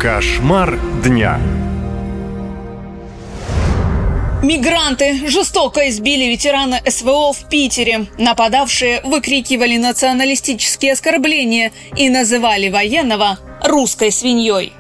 Кошмар дня. Мигранты жестоко избили ветерана СВО в Питере. Нападавшие выкрикивали националистические оскорбления и называли военного «русской свиньей».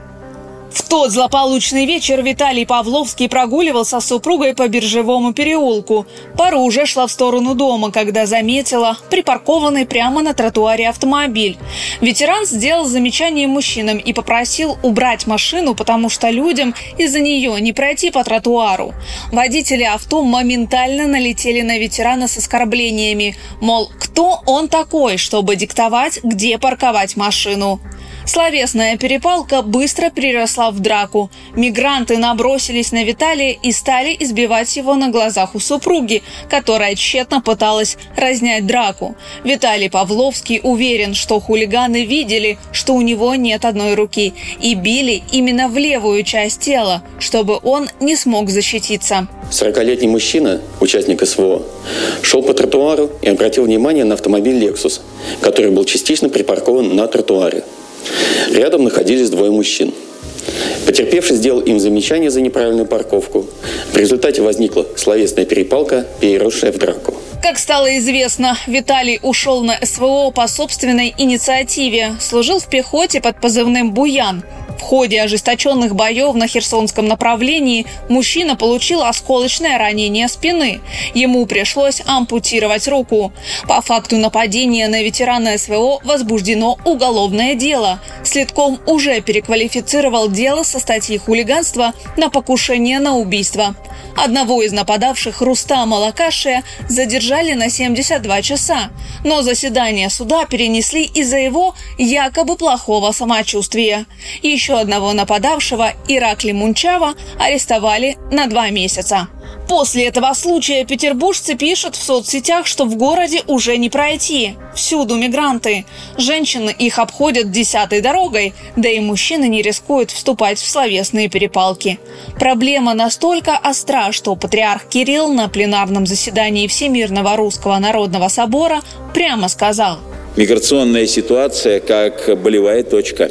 В тот злополучный вечер Виталий Павловский прогуливался с супругой по Биржевому переулку. Пара уже шла в сторону дома, когда заметила припаркованный прямо на тротуаре автомобиль. Ветеран сделал замечание мужчинам и попросил убрать машину, потому что людям из-за нее не пройти по тротуару. Водители авто моментально налетели на ветерана с оскорблениями, мол, кто он такой, чтобы диктовать, где парковать машину. Словесная перепалка быстро переросла в драку. Мигранты набросились на Виталия и стали избивать его на глазах у супруги, которая тщетно пыталась разнять драку. Виталий Павловский уверен, что хулиганы видели, что у него нет одной руки, и били именно в левую часть тела, чтобы он не смог защититься. 40-летний мужчина, участник СВО, шел по тротуару и обратил внимание на автомобиль «Лексус», который был частично припаркован на тротуаре. Рядом находились двое мужчин. Потерпевший сделал им замечание за неправильную парковку. В результате возникла словесная перепалка, переросшая в драку. Как стало известно, Виталий ушел на СВО по собственной инициативе, служил в пехоте под позывным «Буян». В ходе ожесточенных боев на Херсонском направлении мужчина получил осколочное ранение спины. Ему пришлось ампутировать руку. По факту нападения на ветерана СВО возбуждено уголовное дело. Следком уже переквалифицировал дело со статьи хулиганства на покушение на убийство. Одного из нападавших, Рустама Лакашия, задержали на 72 часа, но заседание суда перенесли из-за его якобы плохого самочувствия. Еще одного нападавшего, Иракли Мунчава, арестовали на 2 месяца. После этого случая петербуржцы пишут в соцсетях, что в городе уже не пройти. Всюду мигранты. Женщины их обходят 10-й дорогой, да и мужчины не рискуют вступать в словесные перепалки. Проблема настолько остра, что патриарх Кирилл на пленарном заседании Всемирного Русского Народного Собора прямо сказал: «Миграционная ситуация как болевая точка».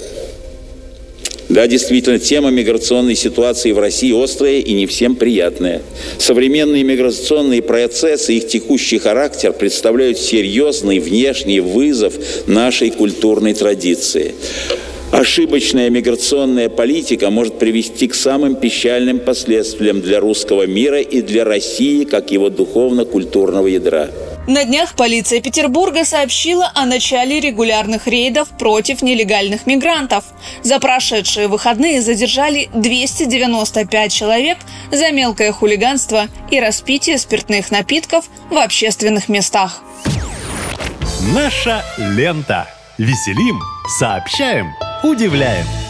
Да, действительно, тема миграционной ситуации в России острая и не всем приятная. Современные миграционные процессы и их текущий характер представляют серьезный внешний вызов нашей культурной традиции. Ошибочная миграционная политика может привести к самым печальным последствиям для русского мира и для России как его духовно-культурного ядра. На днях полиция Петербурга сообщила о начале регулярных рейдов против нелегальных мигрантов. За прошедшие выходные задержали 295 человек за мелкое хулиганство и распитие спиртных напитков в общественных местах. Наша лента. Веселим, сообщаем, удивляем.